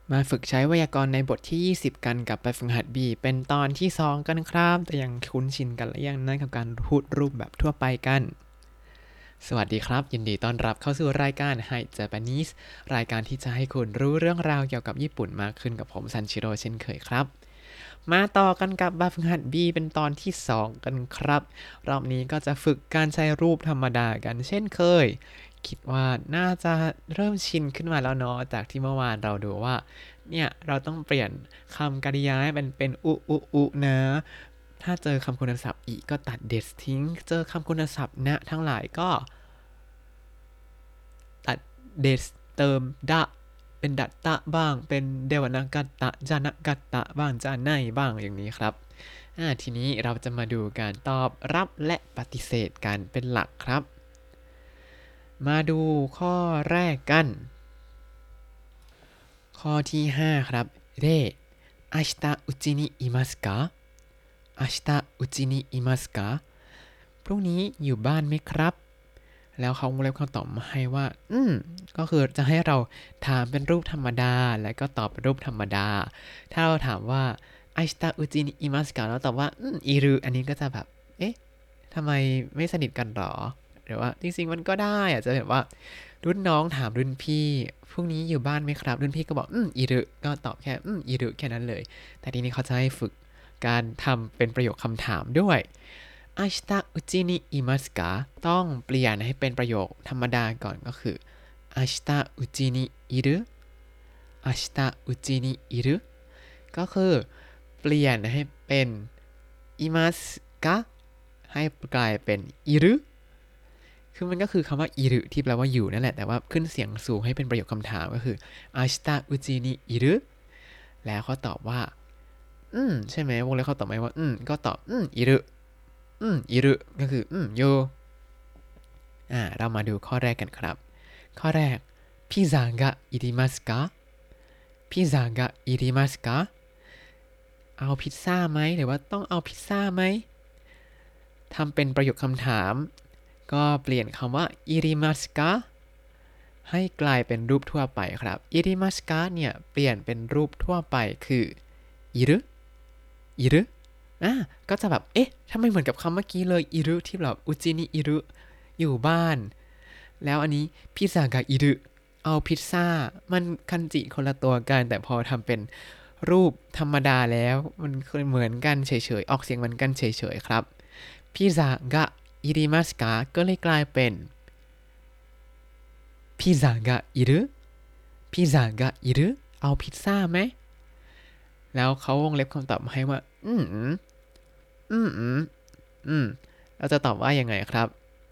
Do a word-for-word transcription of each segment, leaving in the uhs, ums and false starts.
มาฝึกใช้ไวยากรณ์ในบทที่ยี่สิบกันกับแบบฝึกหัด B เป็นตอนที่สองกันครับแต่ยังคุ้นชินกันหรือยังนะกับการพูดรูปแบบทั่วไปกันสวัสดีครับยินดีต้อนรับเข้าสู่รายการ Hi Japanese รายการที่จะให้คุณรู้เรื่องราวเกี่ยวกับญี่ปุ่นมากขึ้นกับผมซันชิโร่เช่นเคยครับมาต่อกันกับแบบฝึกหัด B เป็นตอนที่สองกันครับรอบนี้ก็จะฝึกการใช้รูปธรรมดากันเช่นเคยคิดว่าน่าจะเริ่มชินขึ้นมาแล้วเนาะจากที่เมื่อวานเราดูว่าเนี่ยเราต้องเปลี่ยนคำกริยาให้เป็นเป็นอุอุอุนะถ้าเจอคำคุณศัพท์อีก็ตัดเดสทิ้งเจอคำคุณศัพท์นะทั้งหลายก็ตัดเดสเติมดะเป็นดัตตะบ้างเป็นเดวนากัตตะจานะกัตตะบ้างจาไนบ้างอย่างนี้ครับอ่าทีนี้เราจะมาดูการตอบรับและปฏิเสธกันเป็นหลักครับมาดูข้อแรกกันข้อที่ห้าครับเร明日うちにいますか明日うちにいますかพรุ่งนี้อยู่บ้านไหมครับแล้วเขาเล็บคำตอบมาให้ว่าอืมก็คือจะให้เราถามเป็นรูปธรรมดาแล้วก็ตอบเป็นรูปธรรมดาถ้าเราถามว่า明日うちにいますかแล้วตอบว่าอืมいるอันนี้ก็จะแบบเอ๊ะทำไมไม่สนิทกันหรอหรือว่าจริงๆมันก็ได้อาจจะแบบว่ารุ่นน้องถามรุ่นพี่พรุ่งนี้อยู่บ้านไหมครับรุ่นพี่ก็บอกอืมいるก็ตอบแค่อืมいるแค่นั้นเลยแต่ทีนี้เขาจะให้ฝึกการทำเป็นประโยคคำถามด้วย明日うちにいますかต้องเปลี่ยนให้เป็นประโยคธรรมดาก่อนก็คือ明日うちにいる明日うちにいるก็คือเปลี่ยนให้เป็นいますかให้กลายเป็นいるคือมันก็คือคำว่าいるที่แปลว่าอยู่นั่นแหละแต่ว่าขึ้นเสียงสูงให้เป็นประโยคคำถามก็คือ明日うちにいるแล้วเขาตอบว่าอืมใช่ไหมวงเล็บเขาตอบไหมว่าอืมก็ตอบอืมいるอืมいるก็คืออืมอยู่อ่าเรามาดูข้อแรกกันครับข้อแรกピザがいりますかピザがいりますかเอาพิซซ่าไหมหรือว่าต้องเอาพิซซ่าไหมทำเป็นประโยคคำถามก็เปลี่ยนคำว่าいりますかให้กลายเป็นรูปทั่วไปครับいりますかเนี่ยเปลี่ยนเป็นรูปทั่วไปคือいるいるอ่ะก็จะแบบเอ๊ะทำไมเหมือนกับคำเมื่อกี้เลยいるที่แบบอุจินิいるอยู่บ้านแล้วอันนี้พิซซ่ากับいるเอาพิซซ่ามันคันจิคนละตัวกันแต่พอทำเป็นรูปธรรมดาแล้วมันเหมือนกันเฉยๆออกเสียงเหมือนกันเฉยๆครับพิซซ่ากับいりますかก็เลยกลายเป็นพิซซ่ากับいるพิซซ่ากับいるเอาพิซซ่าไหมแล้วเขาวงเล็บคำตอบมาให้ว่าอืมอืมอืมอืมเราจะตอบว่ายังไงครับ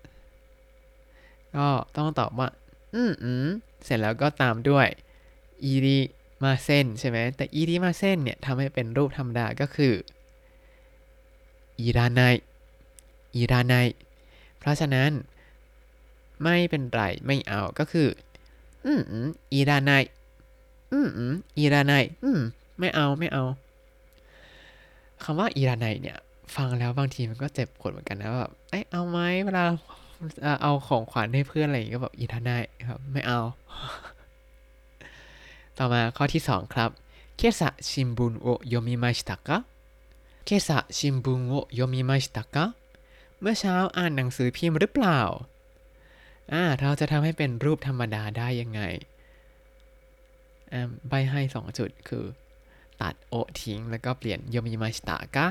ก็ต้องตอบว่าอืมอืมเสร็จแล้วก็ตามด้วยอีริมาเส้นใช่ไหมแต่อีริมาเส้นเนี่ยทำให้เป็นรูปธรรมดาก็คืออีราไนอีราไนเพราะฉะนั้นไม่เป็นไรไม่เอาก็คืออืมอืมอีราไนอืมอืมอีราไนอืมไม่เอาไม่เอาคำว่าอีราไนเนี่ยฟังแล้วบางทีมันก็เจ็บปวดเหมือนกันนะแบบเอ้ยเอาไหมเวลาเอาของขวัญให้เพื่อนอะไรอย่างเงี้ยก็แบบอีราไนครับไม่เอา ต่อมาข้อที่สองครับ今朝新聞を読みましたか今朝新聞を読みましたかเมื่อเช้าอ่านหนังสือพิมพ์หรือเปล่าอ่าเราจะทำให้เป็นรูปธรรมดาได้ยังไงอ่าใบให้สองจุดคือตัดโอทิ้งแล้วก็เปลี่ยนโยมิมาชิตะกะ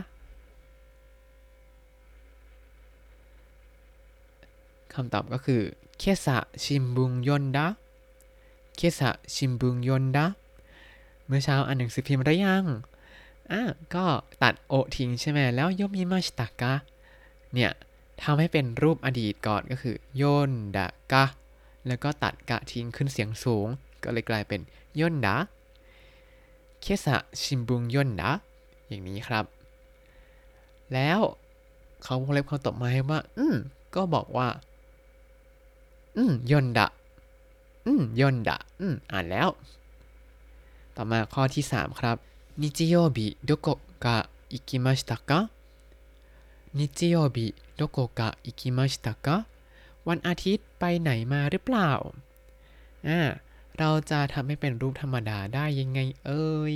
คำตอบก็คือเคสะชิมบุงยนดะเคสะชิมบุงยนดะเมื่อเช้าอ่านหนังสือพิมพ์หรือยังอ่ะก็ตัดโอทิ้งใช่ไหมแล้วโยมิมาชิตะกะเนี่ยทำให้เป็นรูปอดีตก่อนก็คือโยนดะกะแล้วก็ตัดกะทิ้งขึ้นเสียงสูงก็เลยกลายเป็นยนดะเคสะชิมบุงยนดะอย่างนี้ครับแล้วเขาวงเล็บคำตอบมาให้ว่าอืมก็บอกว่าอืมยนดะอืมยนดะอืมอ่านแล้วต่อมาข้อที่สามครับ日曜日どこか行きましたか日曜日どこか行きましたかวันอาทิตย์ไปไหนมาหรือเปล่าอ่าเราจะทำให้เป็นรูปธรรมดาได้ยังไงเอ่ย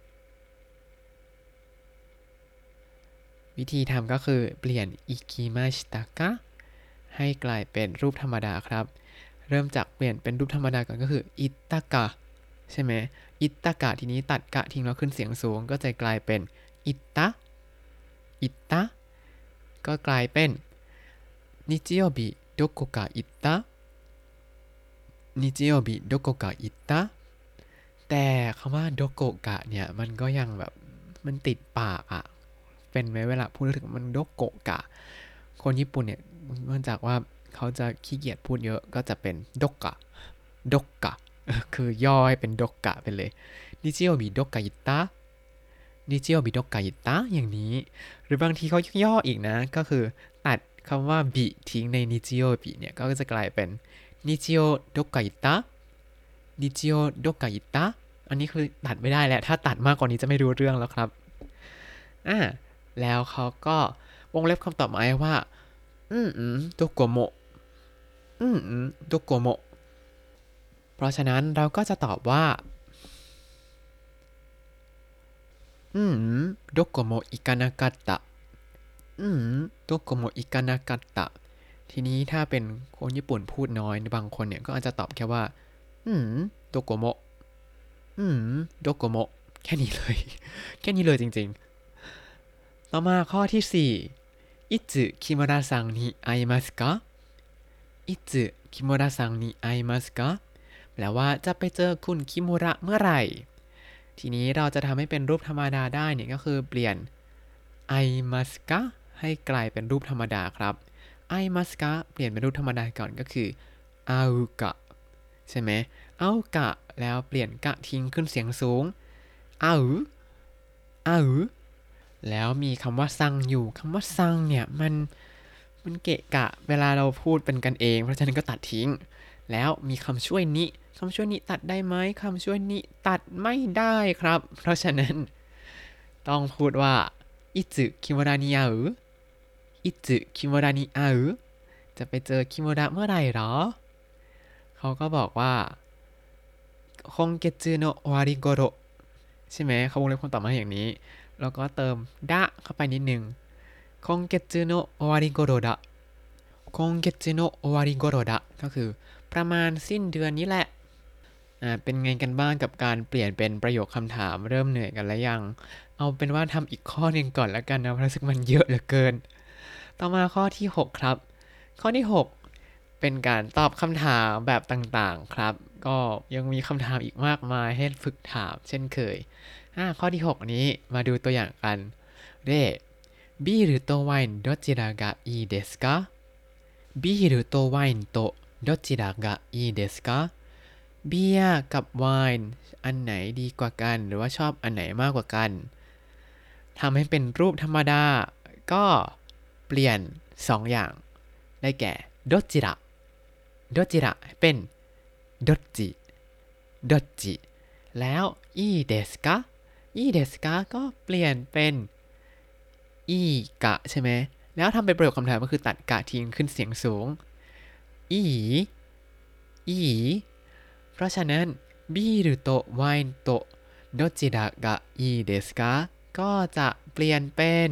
วิธีทำก็คือเปลี่ยนอิคิมาชิตะกะให้กลายเป็นรูปธรรมดาครับเริ่มจากเปลี่ยนเป็นรูปธรรมดาก่อนก็คืออิตะกะใช่ไหมอิตะกะทีนี้ตัดกะทิ้งแล้วขึ้นเสียงสูงก็จะกลายเป็นอิตะอิตะก็กลายเป็นนิจิโยบิโดโกกะอิตะนิจิโยบิโดโกกะอิตะแต่คำว่าโดโกกะเนี่ยมันก็ยังแบบมันติดปากอะเป็นไหมเวลาพูดถึงมันโดโกกะคนญี่ปุ่นเนี่ยเนื่องจากว่าเขาจะขี้เกียจพูดเยอะก็จะเป็นโดกะโดกะคือย่อให้เป็นโดกะไปเลยนิจิโยบิโดกะอิตะนิจิโยบิโดกะอิตะอย่างนี้หรือบางทีเขาย่ออีกนะก็คือตัดคำว่าบิทิ้งในนิจิโยบิเนี่ยก็จะกลายเป็นนิจิโยโดกะอิตะนิจิโยโดกะอิตะอันนี้คือตัดไม่ได้แหละถ้าตัดมากกว่านี้จะไม่รู้เรื่องแล้วครับอ่าแล้วเขาก็วงเล็บคำตอบมาว่าอืมอืมโดโกโมะอืมอืมโดโกโมะเพราะฉะนั้นเราก็จะตอบว่าอืมโดโกโมะอิกานากัตตะอืมโดโกโมะอิกานากัตตะทีนี้ถ้าเป็นคนญี่ปุ่นพูดน้อยบางคนเนี่ยก็อาจจะตอบแค่ว่าอืมโดโกโมะอืมโดโกโมะแค่นี้เลยแค่นี้เลยจริงๆต่อมาข้อที่สี่いつ木村さんに会いますかいつ木村さんに会いますかแปลว่าจะไปเจอคุณคิมุระเมื่อไหร่ทีนี้เราจะทำให้เป็นรูปธรรมดาได้เนี่ยก็คือเปลี่ยนไอมัสกะให้กลายเป็นรูปธรรมดาครับไอมัสกะเปลี่ยนเป็นรูปธรรมดาก่อนก็คืออาอุกะใช่ไหมอาอุกะแล้วเปลี่ยนกะทิ้งขึ้นเสียงสูงอาอุอาอุแล้วมีคำว่าซังอยู่คำว่าซังเนี่ยมันมันเกะกะเวลาเราพูดเป็นกันเองเพราะฉะนั้นก็ตัดทิ้งแล้วมีคำช่วยนิคำช่วยนิตัดได้ไหมคำช่วยนิตัดไม่ได้ครับเพราะฉะนั้นต้องพูดว่าอิจึคิมุระนิอาอุอิจึคิมุระนิอาอุจะไปเจอคิมุระเมื่อไหร่หรอเขาก็บอกว่าคงเกจืโนะวาริโกโรใช่ไหมเขาวงเล็บคำตอบมาอย่างนี้แล้วก็เติมดะเข้าไปนิดนึงคงเกจืโนะวาริโกโรดะคงเกจืโนะวาริโกโรดะก็คือประมาณสิ้นเดือนนี้แหละอ่าเป็นไงกันบ้างกับการเปลี่ยนเป็นประโยคคำถามเริ่มเหนื่อยกันแล้วยังเอาเป็นว่าทำอีกข้อหนึ่งก่อนแล้วกันนะเพราะรู้สึกมันเยอะเหลือเกินต่อมาข้อที่หกครับข้อที่หกเป็นการตอบคำถามแบบต่างๆครับก็ยังมีคำถามอีกมากมายให้ฝึกถามเช่นเคยอ่าข้อที่หกนี้มาดูตัวอย่างกันเร่ビールとワインどちらがいいですかビールとワインとどちらがいいですかเบียร์กับไวน์อันไหนดีกว่ากันหรือว่าชอบอันไหนมากกว่ากันทำให้เป็นรูปธรรมดาก็เปลี่ยนสองอย่างได้แก่どちらどちらเป็นどっちどっちแล้วいいですかいいですかก็เปลี่ยนเป็นอีกะใช่ไหมแล้วทำเป็นประโยคคำถามก็คือตัดกะทิ้งขึ้นเสียงสูงอีอีเพราะฉะนั้นビールとワインとどちらがいいですかก็จะเปลี่ยนเป็น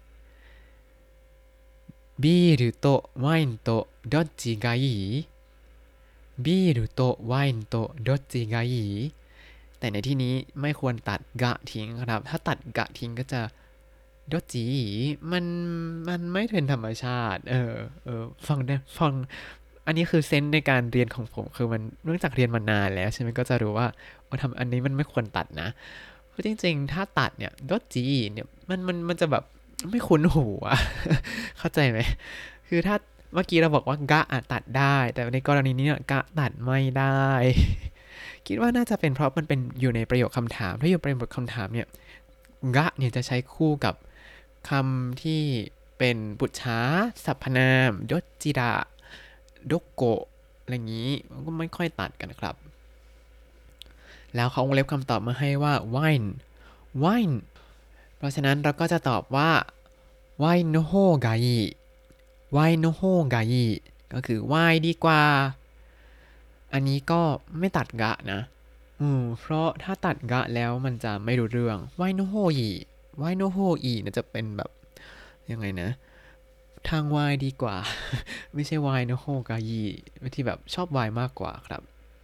ビールとワインとどっちがいいビールとワインとどっちがいいแต่ในที่นี้ไม่ควรตัดกะทิ้งครับถ้าตัดกะทิ้งก็จะดจีมันมันไม่เป็นธรรมชาติเออเออฟังได้ฟังอันนี้คือเซนส์ในการเรียนของผมคือมันเนื่องจากเรียนมานานแล้วใช่ไหมก็จะรู้ว่าว่าทำอันนี้มันไม่ควรตัดนะเพราะจริงๆถ้าตัดเนี่ยดจีเนี่ยมันมันมันจะแบบไม่คุ้นหูอะเข้าใจไหมคือถ้าเมื่อกี้เราบอกว่ากะอะตัดได้แต่ในกรณีนี้เนี่ยกะตัดไม่ได้คิดว่าน่าจะเป็นเพราะมันเป็นอยู่ในประโยคคำถามถ้าอยู่ในประโยคคำถามเนี่ยกะเนี่ยจะใช้คู่กับคำที่เป็นปุจฉาสรรพนามดจิระดโกะอะไรอย่างนี้มันก็ไม่ค่อยตัดกันครับแล้วเขาวงเล็บคำตอบมาให้ว่า wine wine เพราะฉะนั้นเราก็จะตอบว่า wine の方がいい wine の方がいいก็คือ wine ดีกว่าอันนี้ก็ไม่ตัดกะนะอืมเพราะถ้าตัดกะแล้วมันจะไม่รู้เรื่องไวโนโฮอีไวโนโฮอีน่าจะเป็นแบบยังไงนะทางวายดีกว่า ไม่ใช่วายโนโฮกายีที่แบบชอบวายมากกว่าครับ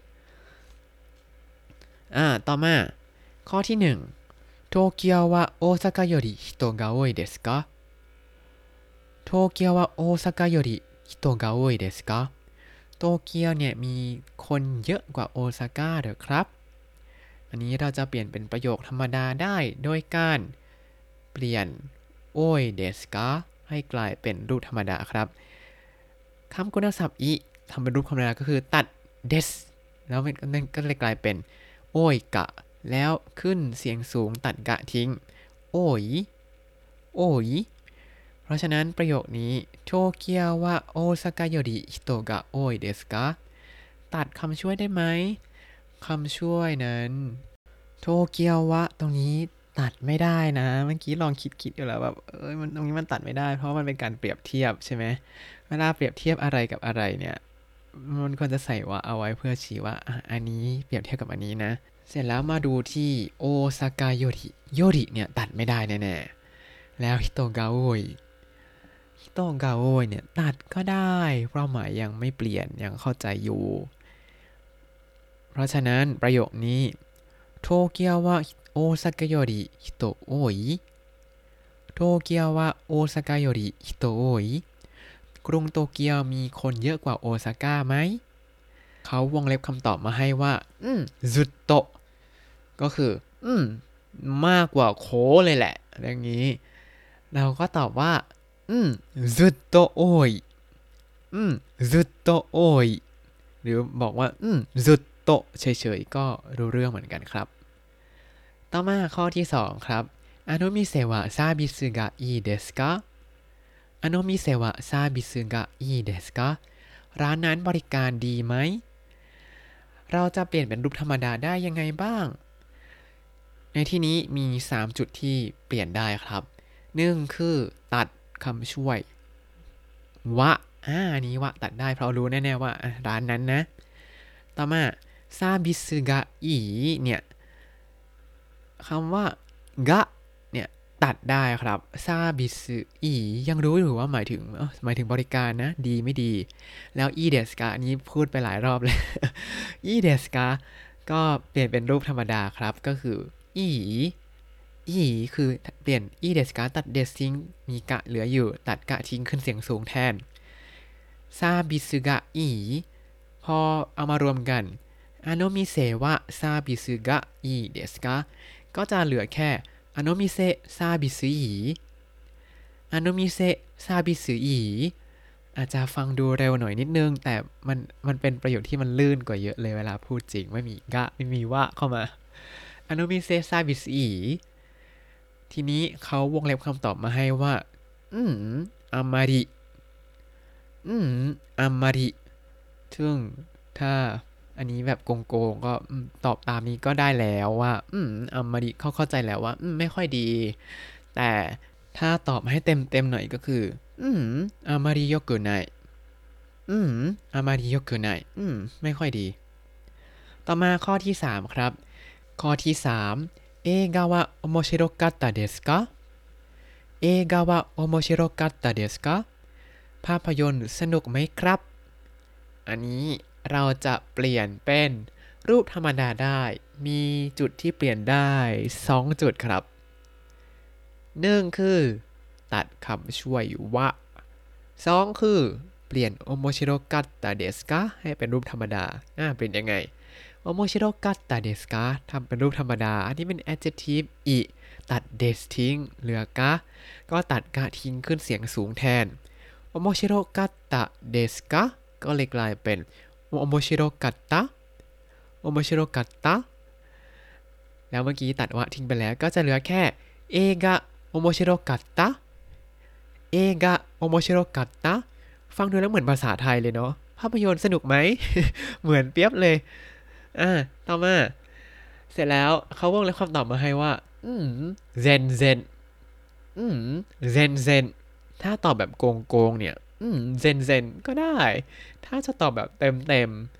อ่าต่อมาข้อที่หนึ่งโตเกียวは大阪より人が多いですかโตเกียวは大阪より人が多いですかโตเกียวเนี่ยมีคนเยอะกว่าโอซาก้าเหรอครับอันนี้เราจะเปลี่ยนเป็นประโยคธรรมดาได้โดยการเปลี่ยนโอ้ยเดสกาให้กลายเป็นรูปธรรมดาครับคำคุณศัพท์อีทำเป็นรูปธรรมดาก็คือตัดเดสแล้วมันก็เลยกลายเป็นโอ้ยกะแล้วขึ้นเสียงสูงตัดกะทิ้งโอ้ยโอ้ยเพราะฉะนั้นประโยคนี้โตเกียวว่าโอซาก้าโยริฮิโตะโอ้ยเดสกาตัดคำช่วยได้ไหมคำช่วยนั้นโตเกียววะตรงนี้ตัดไม่ได้นะเมื่อกี้ลองคิดคิดอยู่แล้วแบบเอ้ยมันตรงนี้มันตัดไม่ได้เพราะมันเป็นการเปรียบเทียบใช่ไหมเวลาเปรียบเทียบอะไรกับอะไรเนี่ยมันควรจะใส่ว่าเอาไว้เพื่อชี้ว่าอ่ะอันนี้เปรียบเทียบกับอันนี้นะเสร็จแล้วมาดูที่โอซาก้าโยริโยริเนี่ยตัดไม่ได้แน่ๆแล้วฮิโตะโอ้ยฮิโตะโอ้ยเนี่ยตัดก็ได้เพราะหมายยังไม่เปลี่ยนยังเข้าใจอยู่เพราะฉะนั้นประโยคนี้โตเกียวว่าโอซาก้าโยริฮิโตะโอ้ยโตเกียวว่าโอซาก้าโยริฮิโตะโอ้ยกรุงโตเกียวมีคนเยอะกว่าโอซาก้าไหมเขาวงเล็บคำตอบมาให้ว่าอืมซุดโตะก็คืออืมมากกว่าโคเลยแหละอย่างนี้เราก็ตอบว่าอืมซุดโตะโอ้ยอืมซุดโตะโอ้ยหรือบอกว่าอืมซุดโตะเฉยๆก็รู้เรื่องเหมือนกันครับต่อมาข้อที่สองครับあの店はサービスがいいですかあの店はサービスがいいですかร้านนั้นบริการดีไหมเราจะเปลี่ยนเป็นรูปธรรมดาได้ยังไงบ้างในที่นี้มีสามจุดที่เปลี่ยนได้ครับหนึ่งคือตัดคำช่วยวะอ่านี้วะตัดได้เพราะรู้แน่ๆว่าร้านนั้นนะต่อมาซาบิสึกะอีเนี่ยคำว่ากะเนี่ยตัดได้ครับซาบิสึอียังรู้อยู่ว่าหมายถึงหมายถึงบริการนะดีไม่ดีแล้วอีเดสกะอันนี้พูดไปหลายรอบเลย อีเดสกะก็เปลี่ยนเป็นรูปธรรมดาครับก็คืออีอีคือเปลี่ยนอีเดสกะตัดเดสทิ้งมีกะเหลืออยู่ตัดกะทิ้งขึ้นเสียงสูงแทนซาบิสึกะอีพอเอามารวมกันอาโนมิเซวะซาบิสึกะอีเดสกะก็จะเหลือแค่อาโนมิเซซาบิสึอีอาโนมิเซซาบิสึอีอาจจะฟังดูเร็วหน่อยนิดนึงแต่มันมันเป็นประโยคที่มันลื่นกว่าเยอะเลยเวลาพูดจริงไม่มีกะไม่มีวะเข้ามาอาโนมิเซซาบิสึอีทีนี้เขาวงเล็บคำตอบมาให้ว่าอืมอามาริอืมอามาริซึ่งถ้าอันนี้แบบโกงๆก็ตอบตามนี้ก็ได้แล้วว่าอืมอามาริเขาเข้าใจแล้วว่าอืมไม่ค่อยดีแต่ถ้าตอบให้เต็มๆหน่อยก็คืออืมอามาริโยกุไนอืมอามาริโยกุไนอืมไม่ค่อยดีต่อมาข้อที่สามครับข้อที่สามเอกาวะโอโมชิโรกัตตะเดสกะเอกาวะโอโมชิโรกัตตะเดสกะภาพยนตร์สนุกไหมครับอันนี้เราจะเปลี่ยนเป็นรูปธรรมดาได้มีจุดที่เปลี่ยนได้สองจุดครับหนึ่งคือตัดคำช่วยวะสองคือเปลี่ยนโอโมชิโรกัตตะเดสกะให้เป็นรูปธรรมดาอ่าเปลี่ยนยังไงโอโมชิโรกัตตะเดสกะทำเป็นรูปธรรมดาอันนี้เป็น adjective อีตัดเดสทิ้งเหลือกะก็ตัดกะทิ้งขึ้นเสียงสูงแทนโอโมชิโรกัตตะเดสกะก็เลยกลายเป็นโอโมชิโรกัตตะโอโมชิโรกัตตะแล้วเมื่อกี้ตัดวะทิ้งไปแล้วก็จะเหลือแค่เอกะโอโมชิโรกัตตะเอกะโอโมชิโรกัตตะฟังดูแล้วเหมือนภาษาไทยเลยเนาะภาพยนตร์สนุกไหม เหมือนเปียบเลยอ่าต่อมาเสร็จแล้วเขาวงเล็บคำตอบมาให้ว่าอืมเซนเซนอืมเซนเซนถ้าตอบแบบโกงๆเนี่ยอืมเซนเซนก็ได้ถ้าจะตอบแบบเต็มเต็ม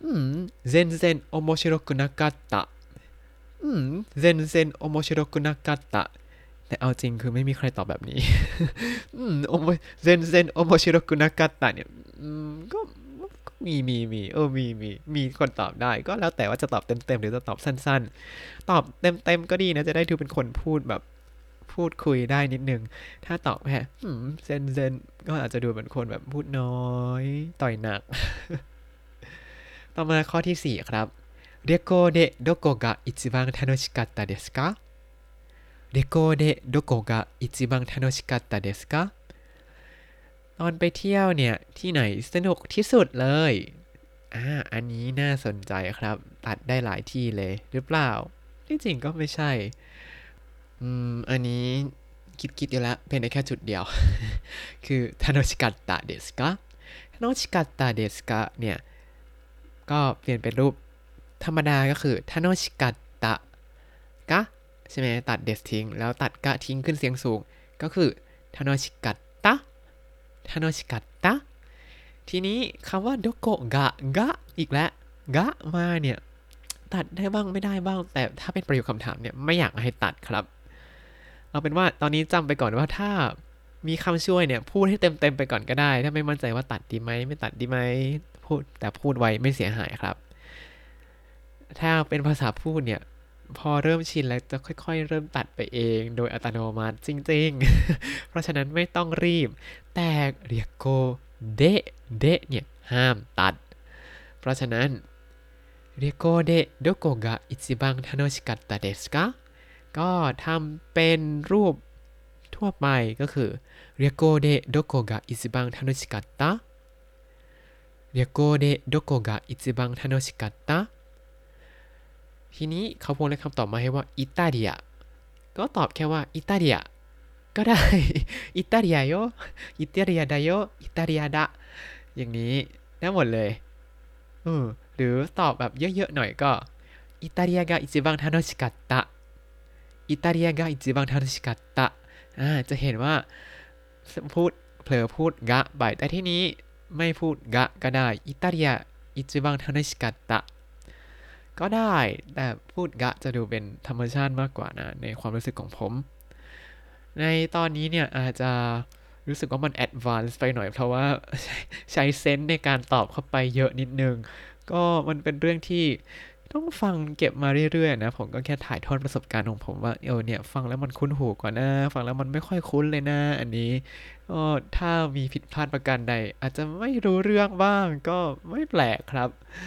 อืม全然面白くなかったอืม全然面白くなかったแต่เอาจริงคือไม่มีใครตอบแบบนี้ อืมโอโมเซนเซนโอโมชิโรกุนากาตะเนี่ยอืมก็ก็มีมีมีเออมีมีมีคนตอบได้ก็แล้วแต่ว่าจะตอบเต็มๆหรือจะตอบสั้นๆตอบเต็มๆก็ดีนะจะได้ดูเป็นคนพูดแบบพูดคุยได้นิดนึงถ้าตอบแค่อืมเซนเซนก็อาจจะดูเป็นคนแบบพูดน้อยต่อยหนักต่อมาข้อที่สี่ครับ旅行でどこが一番楽しかったですか旅行でどこが一番楽しかったですかตอนไปเที่ยวเนี่ยที่ไหนสนุกที่สุดเลยอ่าอันนี้น่าสนใจครับตัดได้หลายที่เลยหรือเปล่าที่จริงก็ไม่ใช่อืมอันนี้คิดคิดอยู่แล้วเป็นได้แค่จุดเดียวคือทาโนชิกัตตะเดสกะทาโนชิกัตตะเดสกะเนี่ยก็เปลี่ยนเป็นรูปธรรมดาก็คือทาโนชิกัตตะกะใช่ไหมตัดเดสทิ้งแล้วตัดกะทิ้งขึ้นเสียงสูงก็คือทาโนชิกัตตะทาโนชิกัตตะทีนี้คำว่าโดโกะกะกะอีกแล้วกะมาเนี่ยตัดได้บ้างไม่ได้บ้างแต่ถ้าเป็นประโยคคำถามเนี่ยไม่อยากให้ตัดครับเอาเป็นว่าตอนนี้จำไปก่อนว่าถ้ามีคำช่วยเนี่ยพูดให้เต็มๆไปก่อนก็ได้ถ้าไม่มั่นใจว่าตัดดีไหมไม่ตัดดีไหมพูดแต่พูดไว้ไม่เสียหายครับถ้าเป็นภาษาพูดเนี่ยพอเริ่มชินแล้วจะค่อยๆเริ่มตัดไปเองโดยอัตโนมัติจริงๆ เพราะฉะนั้นไม่ต้องรีบแต่เรียกโกเดะเดะเนี่ยห้ามตัดเพราะฉะนั้นเรียกโกเดะโดโกกะอิจิบังทาโนชิกัตตะเดสกะก็ทำเป็นรูปทั่วไปก็คือเรียกโกเดะโดโกกะอิจิบังทาโนชิกัตตะเรียกโกเดะโดโกกะอิจิบังทาโนชิกัตตะทีนี้เขาวงเล็บคำตอบมาให้ว่าอิตาเลียก็ตอบแค่ว่าอิตาเลียก็ได้ อิตาเลียโยอิตาเลียไดโยอิตาเลียดะอย่างนี้ได้หมดเลยเออหรือตอบแบบเยอะๆหน่อยก็อิตาเลียが一番楽しかったอิตาเลียが一番楽しかったอ่าจะเห็นว่าพูดเผลอพูดกะไปแต่ที่นี้ไม่พูดกะก็ได้อิตาเลีย一番楽しかったก็ได้แต่พูดกะจะดูเป็นธรรมชาติมากกว่านะในความรู้สึกของผมในตอนนี้เนี่ยอาจจะรู้สึกว่ามันแอดวานซ์ไปหน่อยเพราะว่าใช้เซนส์ในการตอบเข้าไปเยอะนิดนึงก็มันเป็นเรื่องที่ต้องฟังเก็บมาเรื่อยๆนะผมก็แค่ถ่ายทอดประสบการณ์ของผมว่าเออเนี่ยฟังแล้วมันคุ้นหูกว่านะฟังแล้วมันไม่ค่อยคุ้นเลยนะอันนี้ก็ถ้ามีผิดพลาดประการใดอาจจะไม่รู้เรื่องบ้างก็ไม่แปลกครับ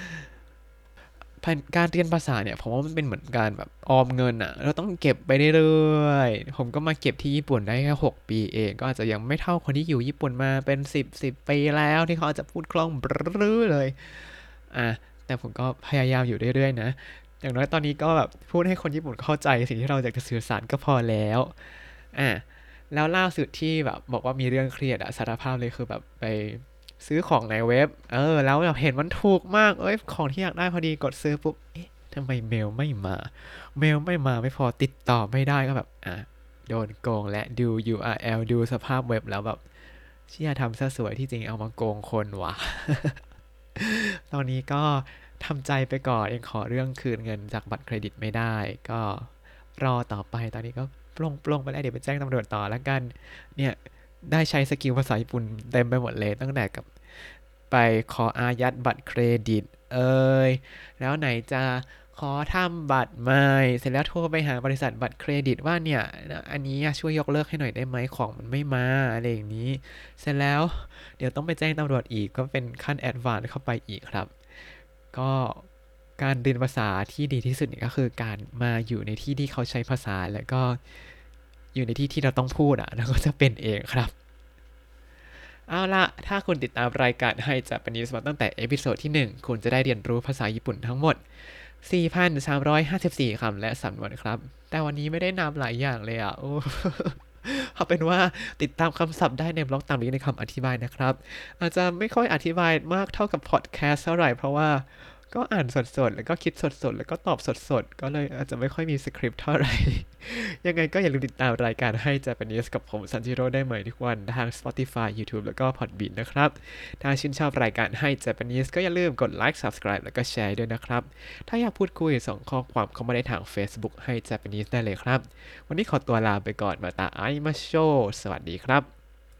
การเรียนภาษาเนี่ยผมว่ามันเป็นเหมือนการแบบออมเงินอะเราต้องเก็บไปเรื่อยๆผมก็มาเก็บที่ญี่ปุ่นได้แค่หกปีเองก็อาจจะยังไม่เท่าคนที่อยู่ญี่ปุ่นมาเป็นสิบสิบปีแล้วที่เขาอาจจะพูดคล่องบรื้อเลยอ่ะแต่ผมก็พยายามอยู่เรื่อยๆนะอย่างน้อยตอนนี้ก็แบบพูดให้คนญี่ปุ่นเข้าใจสิ่งที่เราอยากจะสื่อสารก็พอแล้วอ่ะแล้วล่าสุดที่แบบบอกว่ามีเรื่องเครียดอะสารภาพเลยคือแบบไปซื้อของในเว็บเออแล้วแบบเห็นมันถูกมากเอ้ยของที่อยากได้พอดีกดซื้อปุ๊บเอ๊ะทำไมเมลไม่มาเมลไม่มาไม่พอติดต่อไม่ได้ก็แบบอ่ะโดนโกงและดู ยู อาร์ แอล ดูสภาพเว็บแล้วแบบเชี่ยทำซะสวยที่จริงเอามาโกงคนว่ะ ตอนนี้ก็ทำใจไปก่อนยังขอเรื่องคืนเงินจากบัตรเครดิตไม่ได้ก็รอต่อไปตอนนี้ก็ปลงปลงไปแล้วเดี๋ยวไปแจ้งตำรวจต่อแล้วกันเนี่ยได้ใช้สกิลภาษาญี่ปุ่นเต็มไปหมดเลยตั้งแต่กับไปขออายัดบัตรเครดิตเอ่ยแล้วไหนจะขอทำบัตรใหม่เสร็จแล้วโทรไปหาบริษัทบัตรเครดิตว่าเนี่ยอันนี้ช่วยยกเลิกให้หน่อยได้ไหมของมันไม่มาอะไรอย่างนี้เสร็จแล้วเดี๋ยวต้องไปแจ้งตำรวจอีกก็เป็นขั้นแอดวานซ์เข้าไปอีกครับก็การเรียนภาษาที่ดีที่สุดเนี่ยก็คือการมาอยู่ในที่ที่เขาใช้ภาษาแล้วก็อยู่ในที่ที่เราต้องพูดอ่ะแล้วก็จะเป็นเองครับเอาละถ้าคุณติดตามรายการให้จะเป็นนิวส์มาตั้งแต่เอพิโซดที่หนึ่งคุณจะได้เรียนรู้ภาษาญี่ปุ่นทั้งหมด สี่พันสามร้อยห้าสิบสี่ คำและสำนวนครับแต่วันนี้ไม่ได้นำหลายอย่างเลยอ่ะโอ้ เอาเป็นว่าติดตามคำศัพท์ได้ในบล็อกตามลิงก์ในคำอธิบายนะครับอาจจะไม่ค่อยอธิบายมากเท่ากับพอดแคสต์เท่าไหร่เพราะว่าก็อ่านสดๆแล้วก็คิดสดๆแล้วก็ตอบสดๆก็เลยอาจจะไม่ค่อยมีสคริปต์เท่าไหร่ ยังไงก็อย่าลืมติดตามรายการให้ Japanese กับผมซันจิโร่ได้ใหม่ทุกวันทาง Spotify YouTube แล้วก็ Podbean นะครับถ้าชื่นชอบรายการให้ Japanese ก็อย่าลืมกดไลค์ Subscribe แล้วก็แชร์ด้วยนะครับถ้าอยากพูดคุยส่งข้อความเข้ามาได้ทาง Facebook ให้ Japanese ได้เลยครับวันนี้ขอตัวลาไปก่อนมาตาไอมาโชสวัสดีครับ